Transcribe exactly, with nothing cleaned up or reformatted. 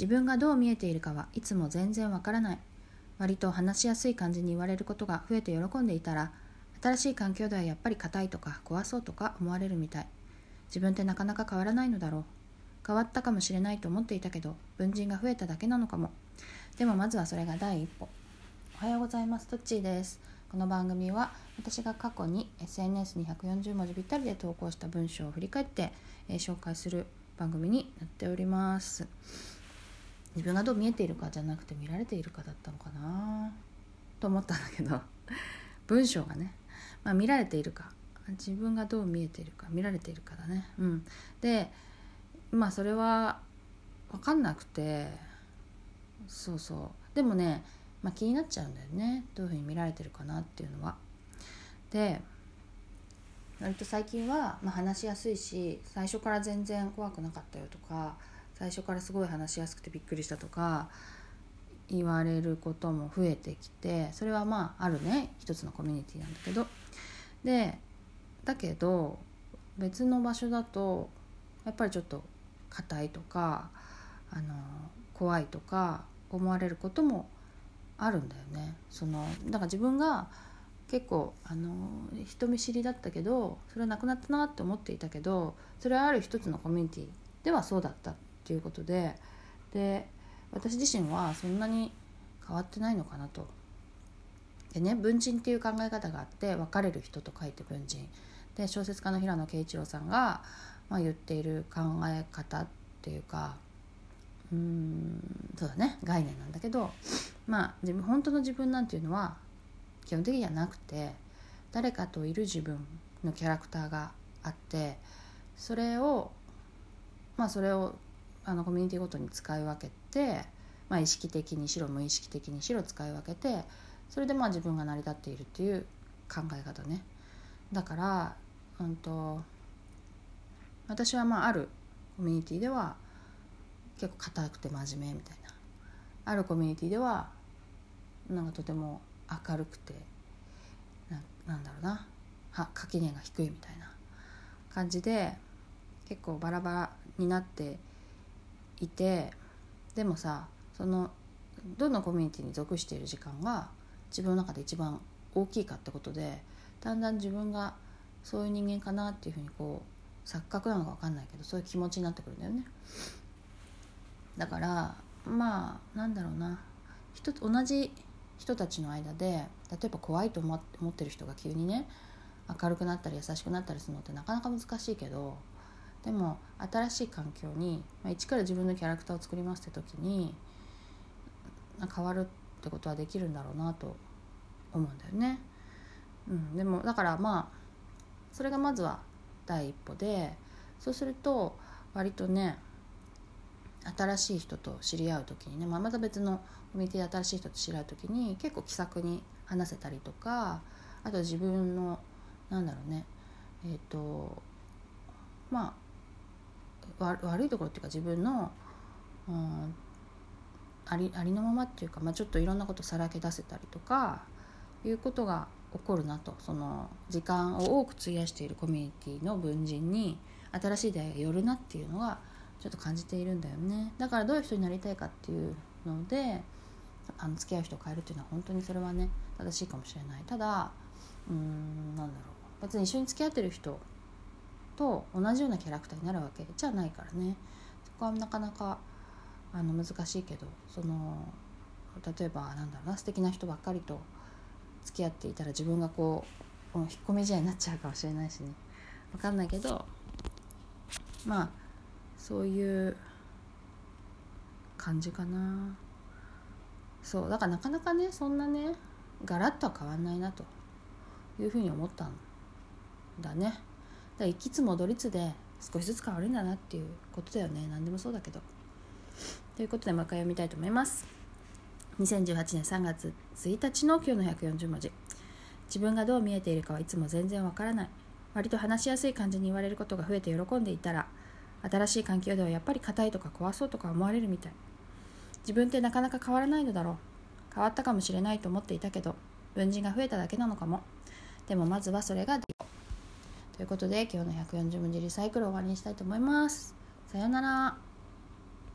自分がどう見えているかはいつも全然わからない。割と話しやすい感じに言われることが増えて喜んでいたら、新しい環境ではやっぱり硬いとか怖そうとか思われるみたい。自分ってなかなか変わらないのだろう。変わったかもしれないと思っていたけど、文人が増えただけなのかも。でもまずはそれが第一歩。おはようございます。トッチーです。この番組は私が過去に エスエヌエス にひゃくよんじゅうもじぴったりで投稿した文章を振り返って、えー、紹介する番組になっております。自分がどう見えているかじゃなくて見られているかだったのかなと思ったんだけど文章がね、まあ、見られているか、自分がどう見えているか見られているかだね。うん、でまあそれは分かんなくて、そうそうでもね、まあ、気になっちゃうんだよね、どういうふうに見られてるかなっていうのは。で割と最近は、まあ、話しやすいし、最初から全然怖くなかったよとか、最初からすごい話しやすくてびっくりしたとか言われることも増えてきて、それはまああるね、一つのコミュニティなんだけど、でだけど別の場所だとやっぱりちょっと硬いとかあの怖いとか思われることもあるんだよね。そのだから自分が結構あの人見知りだったけど、それはなくなったなって思っていたけど、それはある一つのコミュニティではそうだったっていうことで、で私自身はそんなに変わってないのかなと。でね、文人っていう考え方があって、分かれる人と書いて文人で、小説家の平野啓一郎さんが、まあ、言っている考え方っていうか、うーんそうだね、概念なんだけど、まあ自分本当の自分なんていうのは基本的にはなくて、誰かといる自分のキャラクターがあって、それをまあそれをあのコミュニティごとに使い分けて、まあ、意識的にしろ無意識的にしろ使い分けて、それでまあ自分が成り立っているっていう考え方ね。だから、うんと、私はまああるコミュニティでは結構硬くて真面目みたいな、あるコミュニティではなんかとても明るくて な, なんだろうなは垣根が低いみたいな感じで結構バラバラになっていて、でもさ、そのどのコミュニティに属している時間が自分の中で一番大きいかってことで、だんだん自分がそういう人間かなっていうふうにこう錯覚なのか分かんないけど、そういう気持ちになってくるんだよね。だからまあなんだろうな、人同じ人たちの間で、例えば怖いと思ってる人が急にね明るくなったり優しくなったりするのってなかなか難しいけど、でも新しい環境に、まあ、一から自分のキャラクターを作りますって時に変わるってことはできるんだろうなと思うんだよね。うん、でもだからまあそれがまずは第一歩で、そうすると割とね、新しい人と知り合う時にね、まあ、また別のコミュニティで新しい人と知り合う時に結構気さくに話せたりとか、あと自分のなんだろうね、えっとまあ悪いところっていうか自分の、うん、あり、ありのままっていうか、まあ、ちょっといろんなことさらけ出せたりとかいうことが起こるなと。その時間を多く費やしているコミュニティの文人に新しい出会いが寄るなっていうのがちょっと感じているんだよね。だからどういう人になりたいかっていうので、あの付き合う人を変えるっていうのは本当にそれはね正しいかもしれない。ただうーんなんだろう、別に一緒に付き合ってる人と同じようなキャラクターになるわけじゃないからね。そこはなかなかあの難しいけど、その例えばなんだろうな、素敵な人ばっかりと付き合っていたら自分がこう引っ込み思案になっちゃうかもしれないしね、分かんないけど、まあそういう感じかな。そうだからなかなかね、そんなねガラッとは変わんないなというふうに思ったんだね。だから行きつ戻りつで少しずつ変わるんだなっていうことだよね。何でもそうだけど。ということでもう一回読みたいと思います。にせんじゅうはちねんさんがつついたちの今日のひゃくよんじゅうもじ。自分がどう見えているかはいつも全然わからない。割と話しやすい感じに言われることが増えて喜んでいたら、新しい環境ではやっぱり硬いとか怖そうとか思われるみたい。自分ってなかなか変わらないのだろう。変わったかもしれないと思っていたけど、文人が増えただけなのかも。でもまずはそれができる。ということで今日のひゃくよんじゅうもじリサイクルを終わりにしたいと思います。さようなら。